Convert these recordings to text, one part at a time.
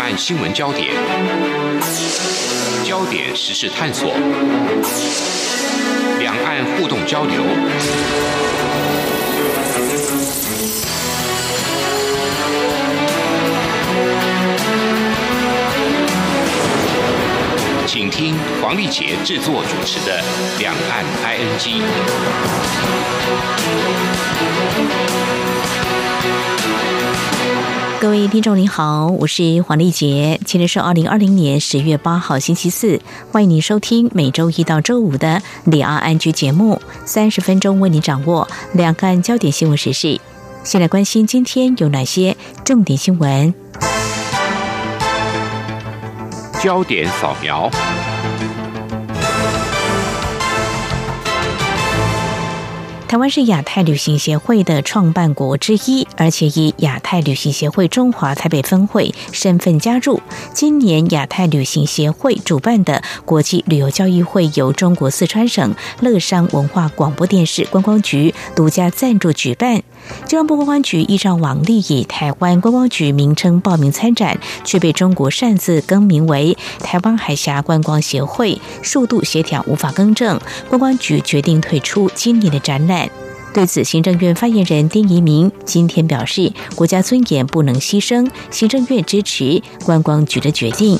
岸新闻焦点，焦点时事探索，两岸互动交流。请听黄丽杰制作主持的《两岸 ING》。 各位听众您好，我是黄丽杰，今天是2020年10月8号星期四，欢迎您收听每周一到周五的两岸 ING 节目，30分钟为您掌握两岸焦点新闻时事。先来关心今天有哪些重点新闻。 焦点扫描。 台湾是亚太旅行协会的创办国之一，而且以亚太旅行协会中华台北分会身份加入。今年亚太旅行协会主办的国际旅游交易会由中国四川省乐商文化广播电视观光局独家赞助举办。交通部观光局依照往例以台湾观光局名称报名参展，却被中国擅自更名为台湾海峡观光协会，数度协调无法更正，观光局决定退出今年的展览。对此，行政院发言人丁怡铭今天表示，国家尊严不能牺牲，行政院支持观光局的决定。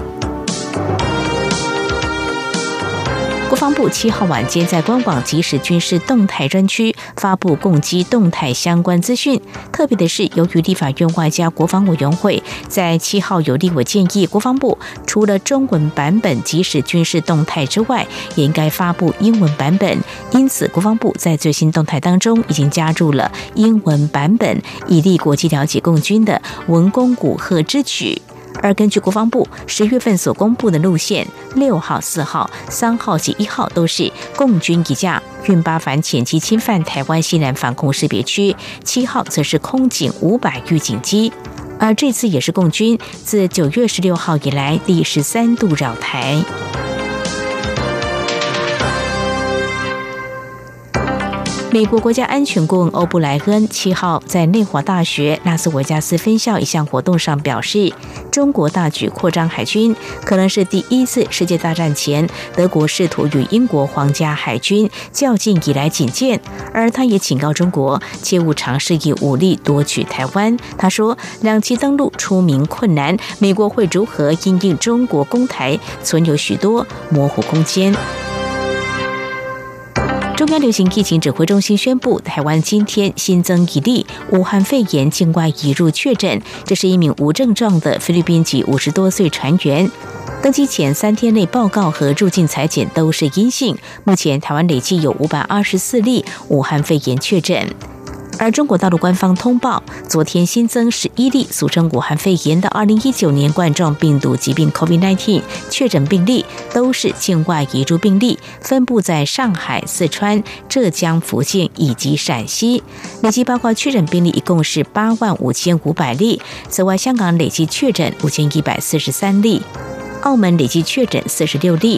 国防部7号晚间在官网即时军事动态专区发布攻击动态相关资讯。特别的是，由于立法院外加国防委员会在7号有立委建议，国防部除了中文版本即时军事动态之外，也应该发布英文版本。因此，国防部在最新动态当中已经加入了英文版本，以利国际了解共军的文攻武吓之举。而根据国防部10月份所公布的路线，6号、4号、3号及1号都是共军一架运8反潜机侵犯台湾西南防空识别区，7号则是空警500预警机。而这次也是共军自9月16号以来第13度扰台。美国国家安全顾问欧布莱恩7号在内华大学拉斯维加斯分校一项活动上表示，中国大举扩张海军可能是第一次世界大战前德国试图与英国皇家海军较劲以来仅见，而他也警告中国切勿尝试以武力夺取台湾。他说，两栖登陆出名困难，美国会如何因应中国攻台存有许多模糊空间。中央流行疫情指挥中心宣布，台湾今天新增1例武汉肺炎境外移入确诊，这是一名无症状的菲律宾籍50多岁船员，登机前3天内报告和入境采检都是阴性。目前台湾累计有524例武汉肺炎确诊。而中国大陆官方通报，昨天新增11例俗称武汉肺炎的2019年冠状病毒疾病 COVID-19 确诊病例，都是境外移入病例，分布在上海、四川、浙江、福建以及陕西。累计包括确诊病例一共是85500例。此外，香港累计确诊5143例，澳门累计确诊46例。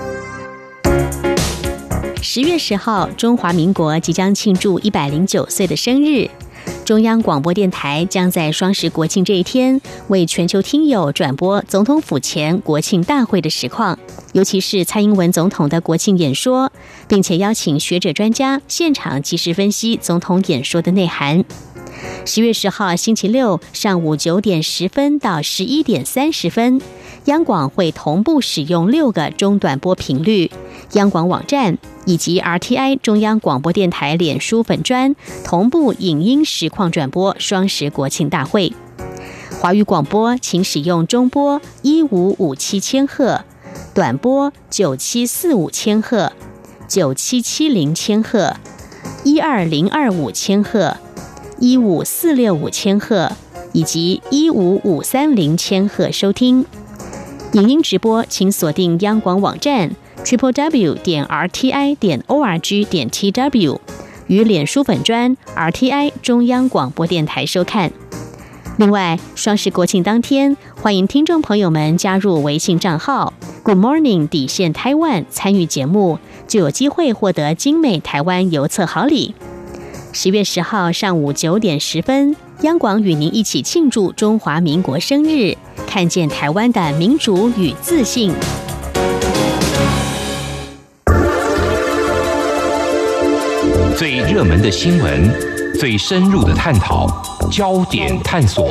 10月10号，中华民国即将庆祝109岁的生日。中央广播电台将在双十国庆这一天，为全球听友转播总统府前国庆大会的实况，尤其是蔡英文总统的国庆演说，并且邀请学者专家现场即时分析总统演说的内涵。10月10号星期六上午9点10分到11点30分，央广会同步使用6个中短波频率，央广网站以及 RTI 中央广播电台脸书粉专同步影音实况转播双十国庆大会。华语广播请使用中波1557千赫，短波9745千赫、9770千赫、12025千赫、15465千赫以及15530千赫收听。影音直播请锁定央广网站 www.rti.org.tw 与脸书粉专 RTI 中央广播电台收看。另外，双十国庆当天，欢迎听众朋友们加入微信账号 Good Morning Taiwan 参与节目，就有机会获得精美台湾邮册好礼。10月10号上午9点10分，央广与您一起庆祝中华民国生日， 看见台湾的民主与自信。 最热门的新闻，最深入的探讨，焦点探索。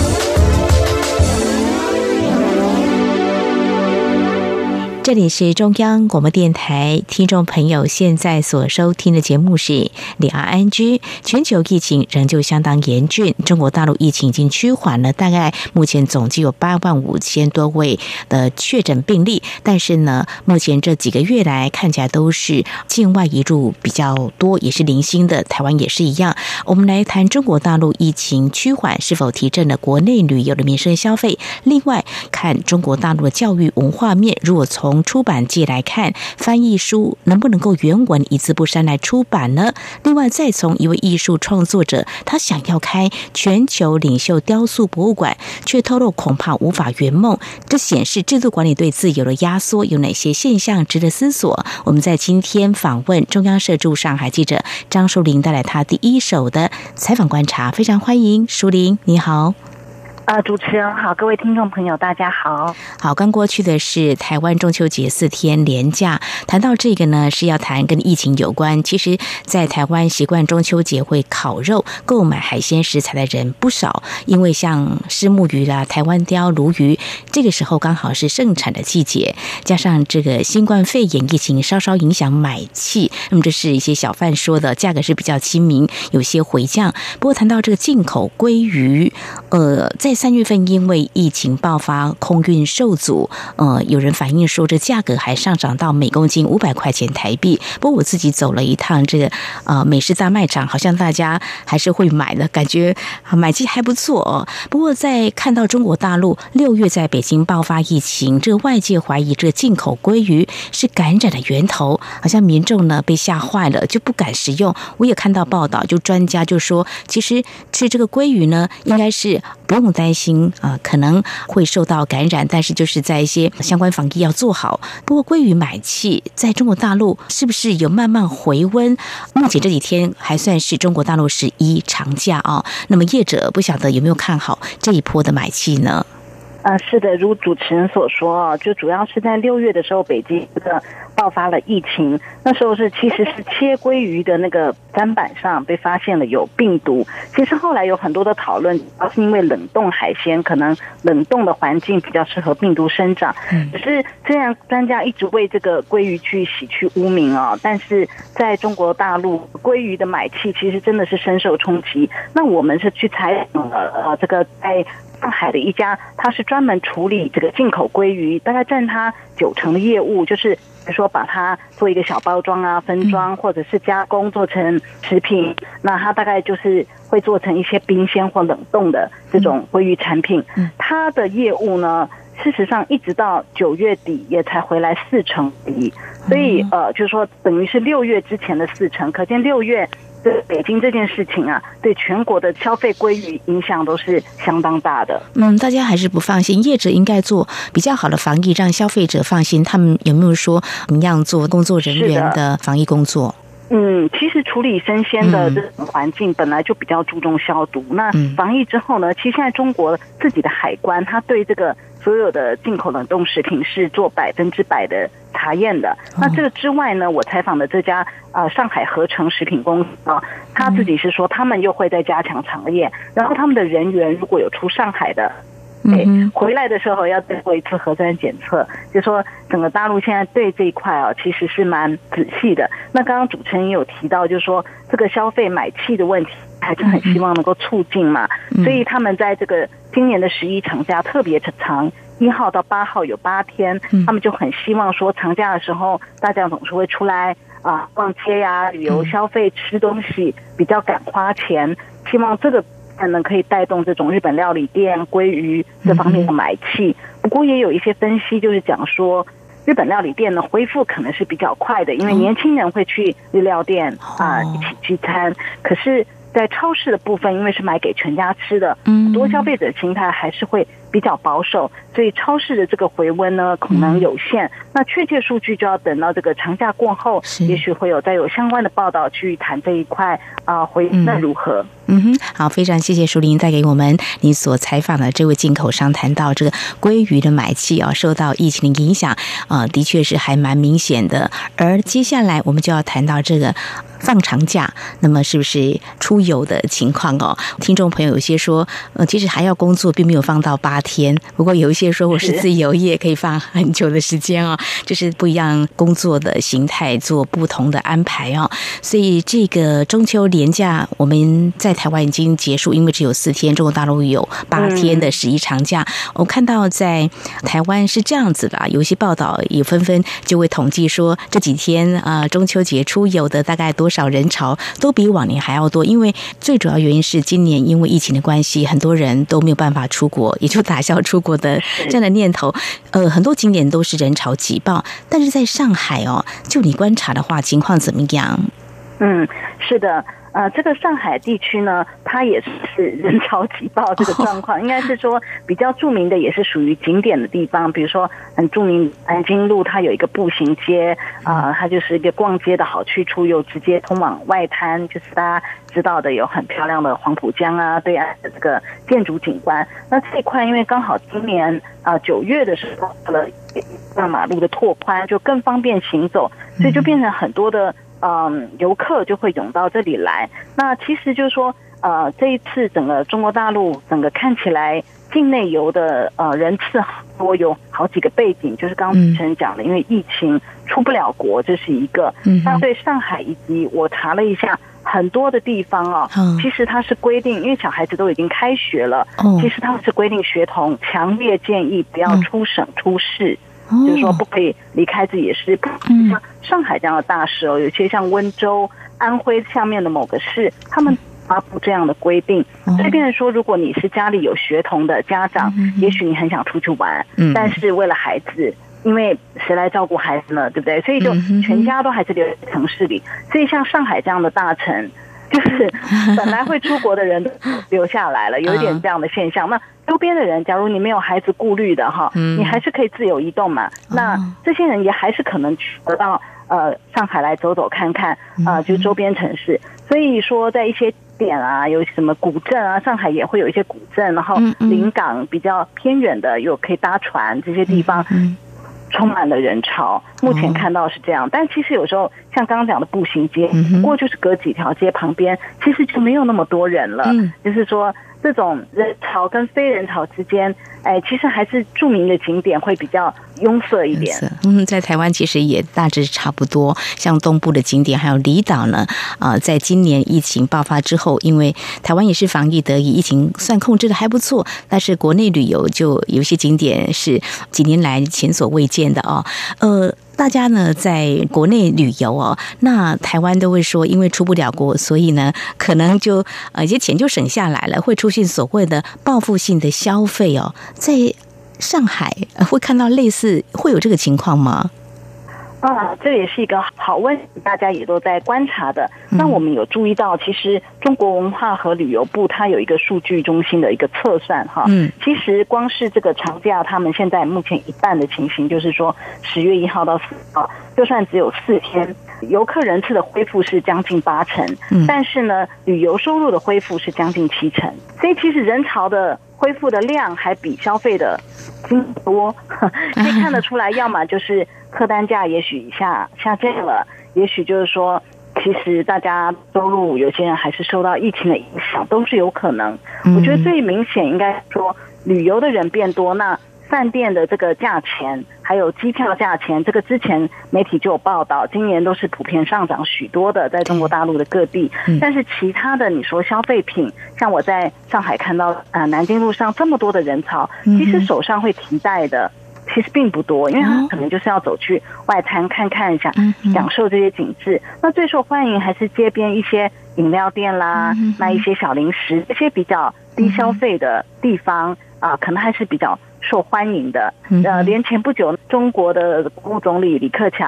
这里是中央广播电台，听众朋友现在所收听的节目是两岸安居。全球疫情仍旧相当严峻，中国大陆疫情已经趋缓了，大概目前总计有85000多位的确诊病例，但是呢，目前这几个月来看起来都是境外移入比较多，也是零星的，台湾也是一样。我们来谈中国大陆疫情趋缓是否提振了国内旅游的民生消费，另外看中国大陆的教育文化面，如果从出版界来看，翻译书能不能够原文一字不删来出版呢？另外再从一位艺术创作者，他想要开全球领袖雕塑博物馆，却透露恐怕无法圆梦，这显示制度管理对自由的压缩，有哪些现象值得思索？我们在今天访问中央社驻上海记者张淑玲，带来他第一手的采访观察，非常欢迎淑玲，你好。 主持人好，各位听众朋友大家好。 好，刚过去的是台湾中秋节4天连假，谈到这个呢，是要谈跟疫情有关。其实在台湾习惯中秋节会烤肉、购买海鲜食材的人不少，因为像虱目鱼啦、台湾鲷、鲈鱼，这个时候刚好是盛产的季节，加上这个新冠肺炎疫情稍稍影响买气，那么这是一些小贩说的，价格是比较亲民，有些回降。不过谈到这个进口鲑鱼，在3月份因为疫情爆发，空运受阻，有人反映说这价格还上涨到每公斤500块钱台币。不过我自己走了一趟这个美式大卖场，好像大家还是会买的，感觉买气还不错哦。不过在看到中国大陆6月在北京爆发疫情，这个外界怀疑这进口鲑鱼是感染的源头，好像民众呢被吓坏了，就不敢食用。我也看到报道，就专家就说，其实吃这个鲑鱼呢，应该是不用担心可能会受到感染，但是就是在一些相关防疫要做好。不过鲑鱼买气在中国大陆是不是有慢慢回温？目前这几天还算是中国大陆11长假啊，那么业者不晓得有没有看好这一波的买气呢？ 是的，如主持人所说，就主要是在6月的时候，北京爆发了疫情，那时候其实是切鲑鱼的那个砧板上被发现了有病毒。其实后来有很多的讨论，是因为冷冻海鲜可能冷冻的环境比较适合病毒生长。只是虽然专家一直为这个鲑鱼去洗去污名但是在中国大陆鲑鱼的买气其实真的是深受冲击。那我们是去采访了这个在上海的一家，他是专门处理这个进口鲑鱼，大概占他90%的业务，就是比如说把它做一个小包装啊、分装，或者是加工做成食品。那他大概就是会做成一些冰鲜或冷冻的这种鲑鱼产品。他的业务呢，事实上一直到9月底也才回来40%而已，所以就是说等于是6月之前的40%，可见6月对北京这件事情对全国的消费鲑鱼影响都是相当大的。 大家还是不放心，业者应该做比较好的防疫，让消费者放心。他们有没有说怎么样做工作人员的防疫工作？ 其实处理生鲜的这种环境本来就比较注重消毒。那防疫之后呢，其实现在中国自己的海关，它对这个所有的进口冷冻食品是做100%的查验的。那这个之外呢，我采访的这家上海合成食品公司他自己是说他们又会再加强查验，然后他们的人员如果有出上海的回来的时候要再做一次核酸检测，就说整个大陆现在对这一块其实是蛮仔细的。那刚刚主持人也有提到，就是说这个消费买气的问题还是很希望能够促进嘛，所以他们在这个今年的11长假特别长，1号到8号有8天，他们就很希望说长假的时候大家总是会出来逛街呀、旅游消费、吃东西，比较敢花钱，希望这个可能可以带动这种日本料理店、鲑鱼这方面的买气。不过也有一些分析就是讲说，日本料理店的恢复可能是比较快的，因为年轻人会去日料店一起聚餐。可是在超市的部分，因为是买给全家吃的，很多消费者心态还是会比较保守，所以超市的这个回温呢可能有限。那确切数据就要等到这个长假过后，也许会再有相关的报道去谈这一块回温如何。 好，非常谢谢淑玲带给我们你所采访的这位进口商谈到这个鲑鱼的买气受到疫情的影响的确是还蛮明显的。而接下来我们就要谈到这个放长假，那么是不是出游的情况听众朋友有些说其实还要工作，并没有放到8天，不过有一些说我是自由业，可以放很久的时间就是不一样工作的形态做不同的安排所以这个中秋连假我们在台湾已经结束，因为只有4天，中国大陆有8天的11长假。我看到在台湾是这样子的有一些报道也纷纷就会统计说这几天中秋节出游的大概多少人潮都比往年还要多，因为最主要原因是今年因为疫情的关系，很多人都没有办法出国，也就打消出国的这样的念头。很多景点都是人潮挤爆，但是在上海就你观察的话，情况怎么样？ 是的。这个上海地区呢，它也是人潮挤爆这个状况，应该是说比较著名的也是属于景点的地方，比如说很著名南京路，它有一个步行街它就是一个逛街的好去处，有直接通往外滩，就是大家知道的有很漂亮的黄浦江对岸的这个建筑景观。那这一块因为刚好今年9月的时候了大马路的拓宽，就更方便行走，所以就变成很多的游客就会涌到这里来。那其实就是说这一次整个中国大陆整个看起来境内游的人次多，有好几个背景，就是刚刚主持人讲的因为疫情出不了国，这是一个。那对上海以及我查了一下很多的地方其实它是规定，因为小孩子都已经开学了其实他们是规定学童强烈建议不要出省出市就是说不可以离开自己的市，像上海这样的大市有些像温州、安徽下面的某个市，他们发布这样的规定，所以变成说，如果你是家里有学童的家长，也许你很想出去玩，但是为了孩子，因为谁来照顾孩子呢？对不对？所以就全家都还是留在城市里。所以像上海这样的大城，就是本来会出国的人都留下来了，有一点这样的现象。那周边的人，假如你没有孩子顾虑的你还是可以自由移动嘛。那这些人也还是可能去得到上海来走走看看就是周边城市。所以说在一些点有什么古镇上海也会有一些古镇，然后临港比较偏远的有可以搭船，这些地方充满了人潮。目前看到是这样，但其实有时候像刚刚讲的步行街，不过就是隔几条街旁边，其实就没有那么多人了。就是说这种人潮跟非人潮之间，其实还是著名的景点会比较拥塞一点。 在台湾其实也大致差不多，像东部的景点还有离岛呢，在今年疫情爆发之后，因为台湾也是防疫得宜，疫情算控制的还不错，但是国内旅游就有些景点是几年来前所未见的大家呢在国内旅游那台湾都会说，因为出不了国，所以呢可能就一些钱就省下来了，会出现所谓的报复性的消费在上海会看到类似，会有这个情况吗？ 这也是一个好问题，大家也都在观察的。那我们有注意到，其实中国文化和旅游部它有一个数据中心的一个测算其实光是这个长假，他们现在目前一半的情形，就是说10月1号到4号，就算只有4天，游客人次的恢复是将近80%，但是呢，旅游收入的恢复是将近70%，所以其实人潮的恢复的量还比消费的金多，可以看得出来，要么就是客单价也许下降了，也许就是说其实大家收入有些人还是受到疫情的影响，都是有可能。我觉得最明显应该说旅游的人变多，那饭店的这个价钱还有机票价钱，这个之前媒体就有报道，今年都是普遍上涨许多的，在中国大陆的各地。但是其他的你说消费品，像我在上海看到南京路上这么多的人潮，其实手上会提袋的其实并不多，因为他可能就是要走去外滩看看一下，享受这些景致。那最受欢迎还是街边一些饮料店啦，卖一些小零食，这些比较低消费的地方可能还是比较受欢迎的。连前不久中国的国务总理李克强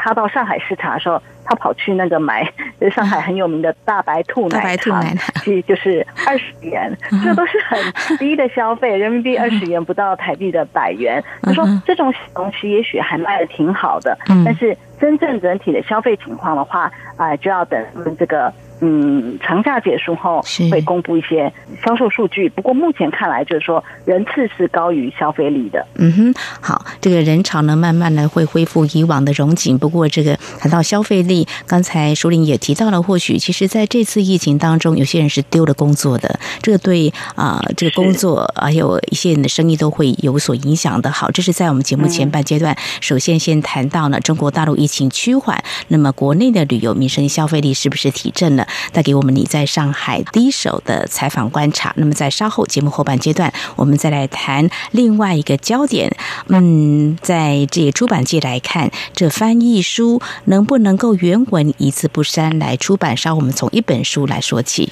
他到上海视察的时候，他跑去那个买上海很有名的大白兔奶茶，其实就是20元，这都是很低的消费，人民币20元不到台币的100元。他说这种东西也许还卖得挺好的，但是真正整体的消费情况的话，就要等这个长假结束后会公布一些销售数据。不过目前看来就是说人次是高于消费力的。 好，这个人潮呢慢慢的会恢复以往的荣景。不过这个谈到消费力，刚才淑玲也提到了，或许其实在这次疫情当中，有些人是丢了工作的，这个对这个工作还有一些人的生意都会有所影响的。好，这是在我们节目前半阶段，首先谈到呢中国大陆疫情趋缓，那么国内的旅游民生消费力是不是提振了？带给我们你在上海第一手的采访观察。那么在稍后节目后半阶段，我们再来谈另外一个焦点。在这出版界来看，这翻译书能不能够原文一字不删来出版？稍后我们从一本书来说起。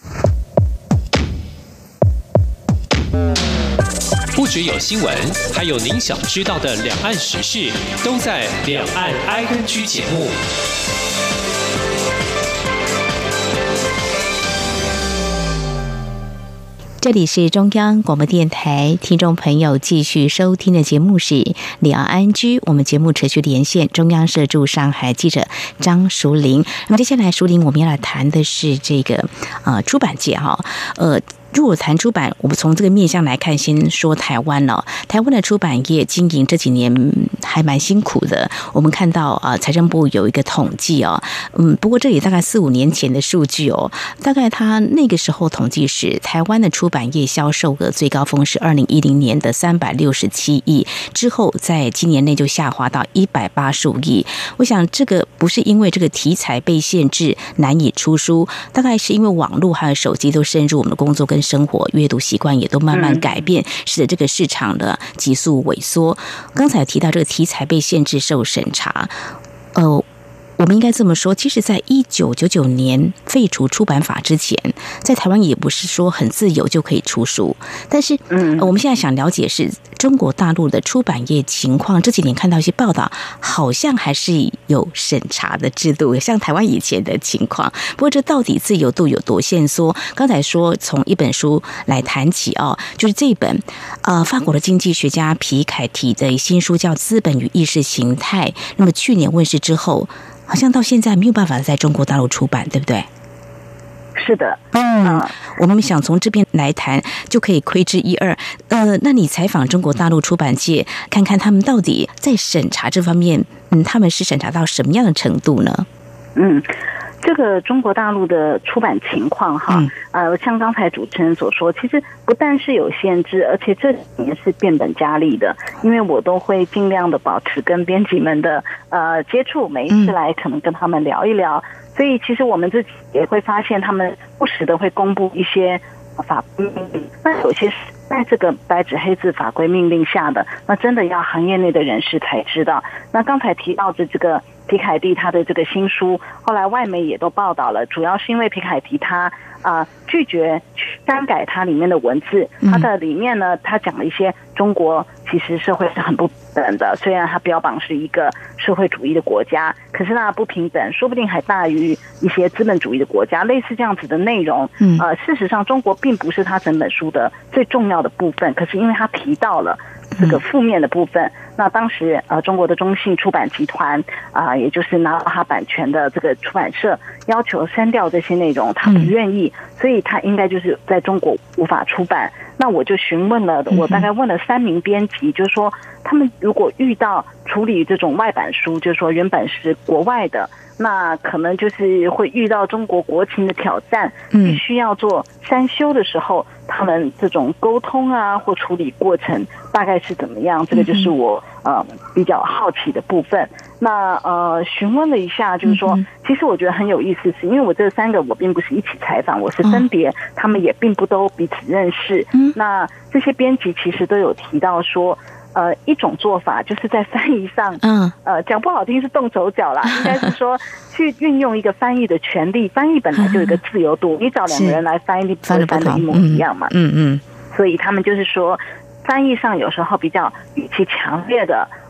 不只有新闻，还有您想知道的两岸时事，都在《两岸 ING》节目。 这里是中央广播电台，听众朋友继续收听的节目是两岸 ING， 我们节目持续连线中央社驻上海记者张淑玲。那么接下来淑玲我们要来谈的是这个出版界如果谈出版，我们从这个面向来看，先说台湾哦。台湾的出版业经营这几年还蛮辛苦的。我们看到财政部有一个统计哦，不过这也大概4-5年前的数据哦。大概他那个时候统计是台湾的出版业销售额最高峰是2010年的367亿，之后在今年内就下滑到185亿。我想这个不是因为这个题材被限制难以出书，大概是因为网络还有手机都深入我们的工作跟生活，阅读习惯也都慢慢改变，使得这个市场的急速萎缩。刚才提到这个题材被限制受审查，我们应该这么说，其实在1999年废除出版法之前，在台湾也不是说很自由就可以出书。但是我们现在想了解是中国大陆的出版业情况，这几年看到一些报道，好像还是有审查的制度，像台湾以前的情况。不过这到底自由度有多限缩？刚才说从一本书来谈起就是这一本法国的经济学家皮凯提的新书叫《资本与意识形态》，那么去年问世之后，好像到现在没有办法在中国大陆出版，对不对？ 是的， 我们想从这边来谈，就可以窥知一二。那你采访中国大陆出版界，看看他们到底在审查这方面，他们是审查到什么样的程度呢？ 这个中国大陆的出版情况像刚才主持人所说，其实不但是有限制，而且这几年是变本加厉的。因为我都会尽量的保持跟编辑们的接触，每一次来可能跟他们聊一聊，所以其实我们自己也会发现，他们不时的会公布一些法规命令，那有些是在这个白纸黑字法规命令下的，那真的要行业内的人士才知道。那刚才提到的这个皮凯蒂他的这个新书，后来外媒也都报道了，主要是因为皮凯蒂他拒绝删改它里面的文字，它的里面呢，他讲了一些中国其实社会是很不平等的，虽然它标榜是一个社会主义的国家，可是那不平等说不定还大于一些资本主义的国家，类似这样子的内容。事实上中国并不是它整本书的最重要的部分，可是因为它提到了这个负面的部分，那当时中国的中信出版集团也就是拿到它版权的这个出版社要求删掉这些内容，他不愿意，所以他应该就是在中国无法出版。那我就询问了，我大概问了3名编辑，就是说他们如果遇到处理这种外版书，就是说原本是国外的，那可能就是会遇到中国国情的挑战，必须要做删修的时候，他们这种沟通或处理过程大概是怎么样？这个就是我比较好奇的部分。那询问了一下，就是说，其实我觉得很有意思，是因为我这3个我并不是一起采访，我是分别，他们也并不都彼此认识。那这些编辑其实都有提到说，一种做法就是在翻译上，讲不好听是动手脚啦，应该是说去运用一个翻译的权利，翻译本来就有一个自由度，你找2个人来翻译，不会翻得一模一样嘛。所以他们就是说，翻译上有时候比较语气强烈的，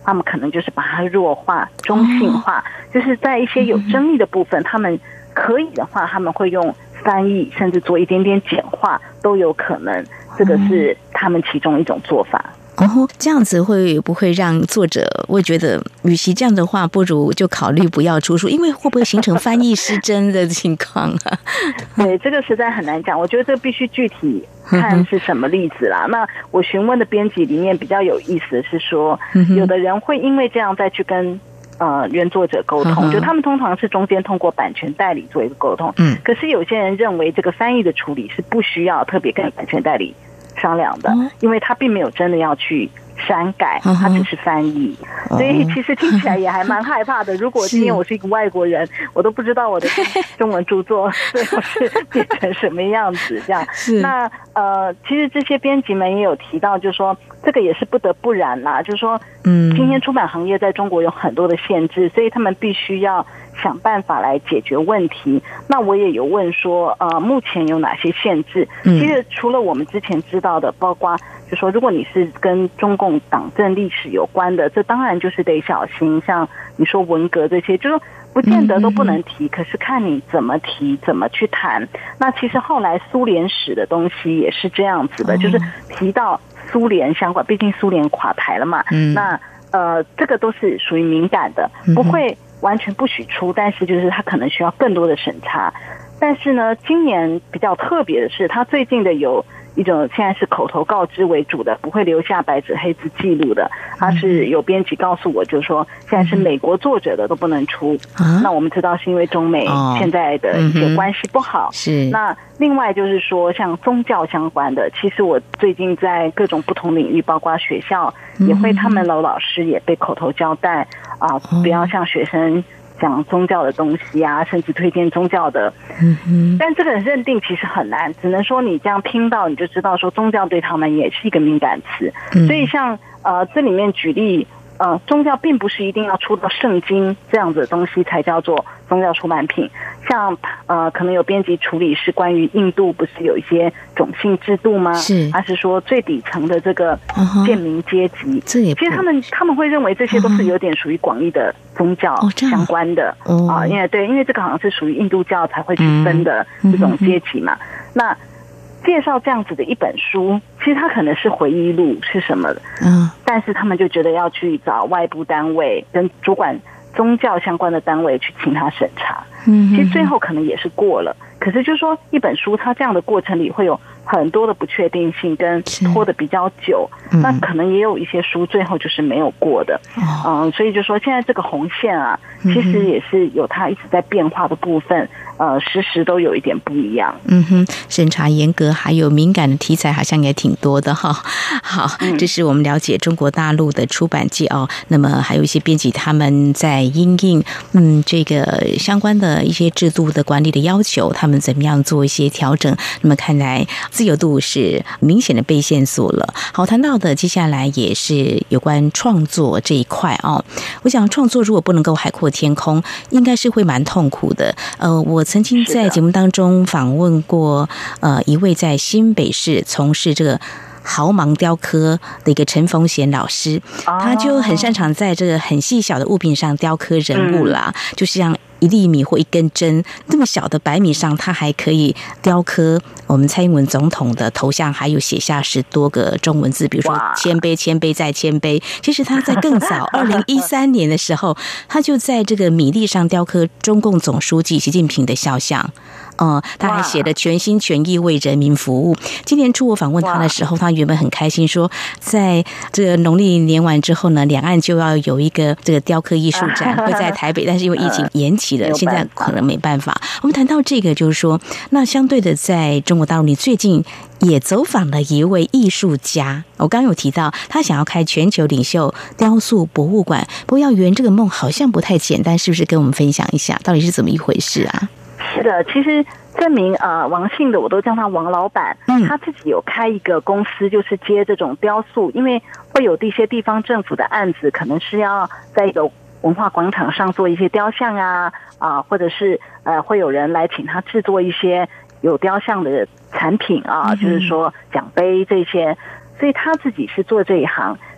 他们可能就是把它弱化、中性化，就是在一些有争议的部分，他们可以的话，他们会用翻译，甚至做一点点简化都有可能。这个是他们其中一种做法。 这样子会不会让作者会觉得，与其这样的话，不如就考虑不要出书，因为会不会形成翻译失真的情况啊？ 对，这个实在很难讲。我觉得这必须具体看是什么例子啦。那我询问的编辑里面比较有意思的是说，有的人会因为这样再去跟原作者沟通，就他们通常是中间通过版权代理做一个沟通。可是有些人认为这个翻译的处理是不需要特别跟版权代理商量的，因为他并没有真的要去删改，他只是翻译，所以其实听起来也还蛮害怕的。如果今天我是一个外国人，我都不知道我的中文著作最后是变成什么样子这样。那其实这些编辑们也有提到，就是说这个也是不得不然啦，就是说今天出版行业在中国有很多的限制，所以他们必须要想办法来解决问题。那我也有问说目前有哪些限制。其实除了我们之前知道的，包括就说如果你是跟中共党政历史有关的，这当然就是得小心，像你说文革这些，就是不见得都不能提，可是看你怎么提，怎么去谈。那其实后来苏联史的东西也是这样子的，就是提到苏联相关，毕竟苏联垮台了嘛，那这个都是属于敏感的，不会完全不许出，但是就是它可能需要更多的审查。但是呢，今年比较特别的是，它最近的有一种现在是口头告知为主的，不会留下白纸黑字记录的。它是有编辑告诉我，就是说现在是美国作者的都不能出。那我们知道是因为中美现在的一些关系不好。是。那另外就是说，像宗教相关的，其实我最近在各种不同领域，包括学校也会，他们老师也被口头交代不要向学生讲宗教的东西啊，甚至推荐宗教的。但这个认定其实很难，只能说你这样听到你就知道说宗教对他们也是一个敏感词。所以像这里面举例宗教并不是一定要出到圣经这样子的东西才叫做宗教出版品。像可能有编辑处理是关于印度不是有一些种姓制度吗？是，还是说最底层的这个贱民阶级？其实他们会认为这些都是有点属于广义的宗教相关的因为这个好像是属于印度教才会去分的这种阶级嘛。那介绍这样子的一本书，其实它可能是回忆录是什么的，但是他们就觉得要去找外部单位跟主管宗教相关的单位去请他审查。其实最后可能也是过了，可是就是说一本书它这样的过程里会有很多的不确定性跟拖得比较久，那可能也有一些书最后就是没有过的。所以就说现在这个红线啊，其实也是有它一直在变化的部分，时时都有一点不一样。 审查严格，还有敏感的题材好像也挺多的哈。好，这是我们了解中国大陆的出版界那么还有一些编辑他们在因应这个相关的一些制度的管理的要求，他们怎么样做一些调整。那么看来自由度是明显的被限缩了。好，谈到的接下来也是有关创作这一块我想创作如果不能够海阔天空，应该是会蛮痛苦的。我曾经在节目当中访问过一位在新北市从事这个豪芒雕刻的一个陈逢贤老师，他就很擅长在这个很细小的物品上雕刻人物啦，就是像1粒米或1根针那么小的白米上，他还可以雕刻我们蔡英文总统的头像，还有写下10多个中文字，比如说谦卑谦卑再谦卑。其实他在更早2013年的时候，他就在这个米粒上雕刻中共总书记习近平的肖像。他还写了全心全意为人民服务。今年初我访问他的时候，他原本很开心说，在这个农历年完之后呢，两岸就要有一个这个雕刻艺术展会在台北，但是因为疫情延期了，现在可能没办法。我们谈到这个，就是说，那相对的，在中国大陆，你最近也走访了一位艺术家。我刚刚有提到，他想要开全球领袖雕塑博物馆，不过要圆这个梦好像不太简单，是不是？跟我们分享一下，到底是怎么一回事啊？ 是的，其实这名王姓的我都叫他王老板，他自己有开一个公司，就是接这种雕塑，因为会有一些地方政府的案子，可能是要在一个文化广场上做一些雕像或者是会有人来请他制作一些有雕像的产品就是说奖杯这些，所以他自己是做这一行。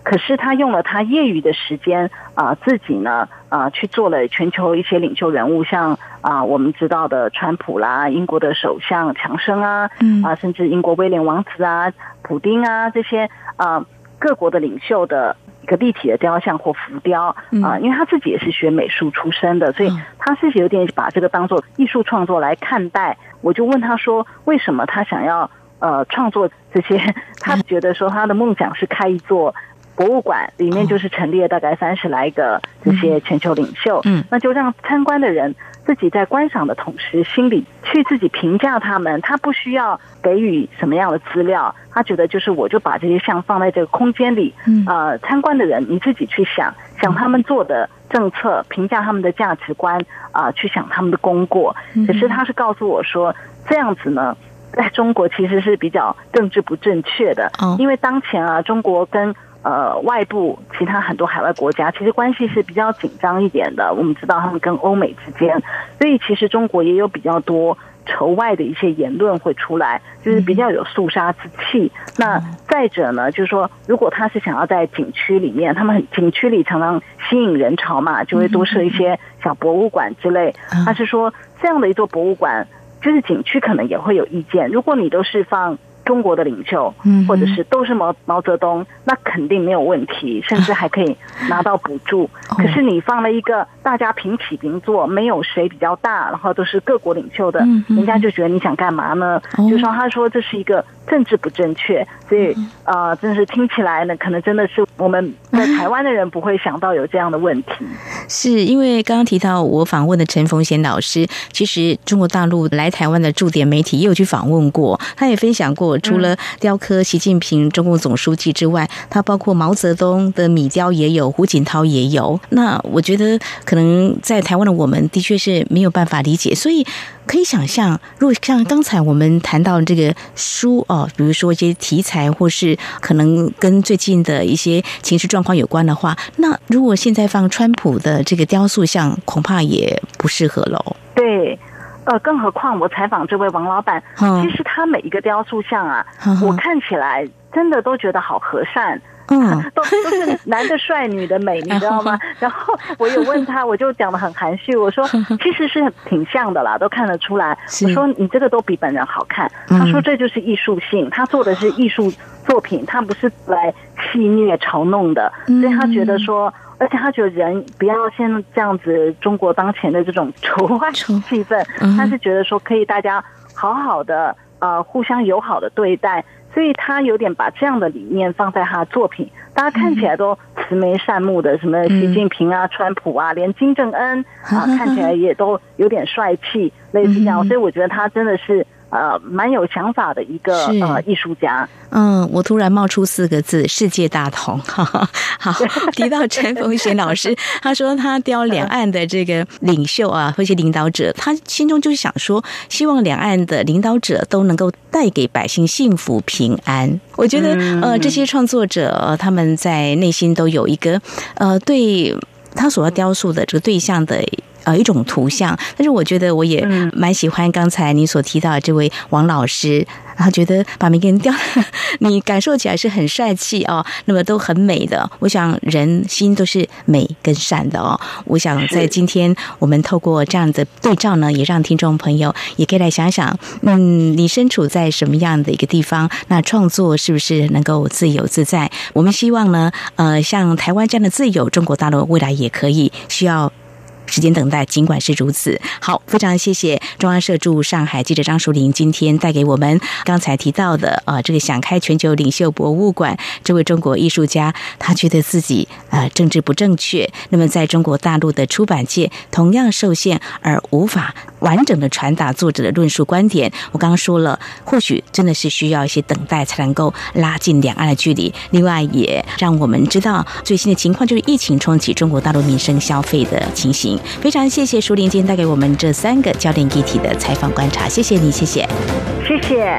可是他用了他业余的时间自己呢去做了全球一些领袖人物，像我们知道的川普啦，英国的首相强生甚至英国威廉王子普丁这些各国的领袖的一个立体的雕像或浮雕因为他自己也是学美术出身的，所以他是有点把这个当作艺术创作来看待。我就问他说，为什么他想要创作这些？他觉得说他的梦想是开一座博物馆，里面就是陈列大概30来个这些全球领袖，那就让参观的人自己在观赏的同时，心里去自己评价他们，他不需要给予什么样的资料，他觉得就是我就把这些像放在这个空间里，参观的人你自己去想他们做的政策，评价他们的价值观去想他们的功过。可是他是告诉我说，这样子呢，在中国其实是比较政治不正确的，因为当前中国跟外部其他很多海外国家其实关系是比较紧张一点的，我们知道他们跟欧美之间，所以其实中国也有比较多仇外的一些言论会出来，就是比较有肃杀之气。那再者呢，就是说如果他是想要在景区里面，他们景区里常常吸引人潮嘛，就会多设一些小博物馆之类，他是说这样的一座博物馆，就是景区可能也会有意见，如果你都是放中国的领袖，或者是都是毛泽东，那肯定没有问题，甚至还可以拿到补助。可是你放了一个大家平起平坐，没有谁比较大，然后都是各国领袖的，人家就觉得你想干嘛呢？就说他说这是一个政治不正确，所以真是听起来呢，可能真的是我们在台湾的人不会想到有这样的问题。 是因为刚刚提到我访问的陈逢贤老师，其实中国大陆来台湾的驻点媒体也有去访问过，他也分享过，除了雕刻习近平中共总书记之外，他包括毛泽东的米雕也有，胡锦涛也有。那我觉得可能在台湾的我们的确是没有办法理解，所以可以想象，如果像刚才我们谈到这个书比如说一些题材或是可能跟最近的一些情绪状况有关的话，那如果现在放川普的这个雕塑像，恐怕也不适合咯。 对，更何况我采访这位王老板，其实他每一个雕塑像我看起来真的都觉得好和善。都是男的帅女的美，你知道吗？然后我有问他，我就讲得很含蓄，我说其实是挺像的啦，都看得出来。我说你这个都比本人好看。他说这就是艺术性，他做的是艺术作品，他不是来戏谑嘲弄的。所以他觉得说，而且他觉得人不要现在这样子中国当前的这种仇外气氛，他是觉得说可以大家好好的互相友好的对待。所以他有点把这样的理念放在他的作品，大家看起来都慈眉善目的，什么习近平川普连金正恩看起来也都有点帅气，类似这样。所以我觉得他真的是蛮有想法的一个艺术家。 我突然冒出4个字：世界大同。好，提到陈逢贤老师，他说他雕两岸的这个领袖或者领导者，他心中就是想说，希望两岸的领导者都能够带给百姓幸福平安。我觉得这些创作者他们在内心都有一个对他所要雕塑的这个对象的一种图像。但是我觉得我也蛮喜欢刚才你所提到的这位王老师，他觉得把每个人雕你感受起来是很帅气那么都很美的。我想人心都是美跟善的我想在今天我们透过这样的对照呢，也让听众朋友也可以来想想你身处在什么样的一个地方，那创作是不是能够自由自在。我们希望呢像台湾这样的自由，中国大陆未来也可以，需要时间等待，尽管是如此。好，非常谢谢中央社驻上海记者张淑玲今天带给我们刚才提到的这个想开全球领袖博物馆，这位中国艺术家他觉得自己政治不正确，那么在中国大陆的出版界同样受限，而无法完整的传达作者的论述观点。我刚刚说了，或许真的是需要一些等待才能够拉近两岸的距离。另外也让我们知道最新的情况，就是疫情冲击中国大陆民生消费的情形。非常谢谢淑玲今天带给我们这3个焦点议题的采访观察，谢谢你，谢谢， 谢谢。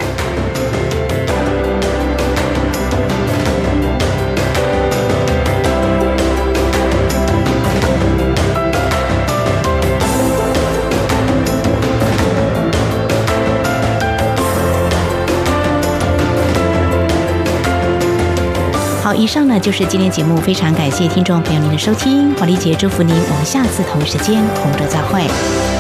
好，以上呢就是今天节目，非常感谢听众朋友您的收听，华丽姐祝福您，我们下次同一时间空中再会。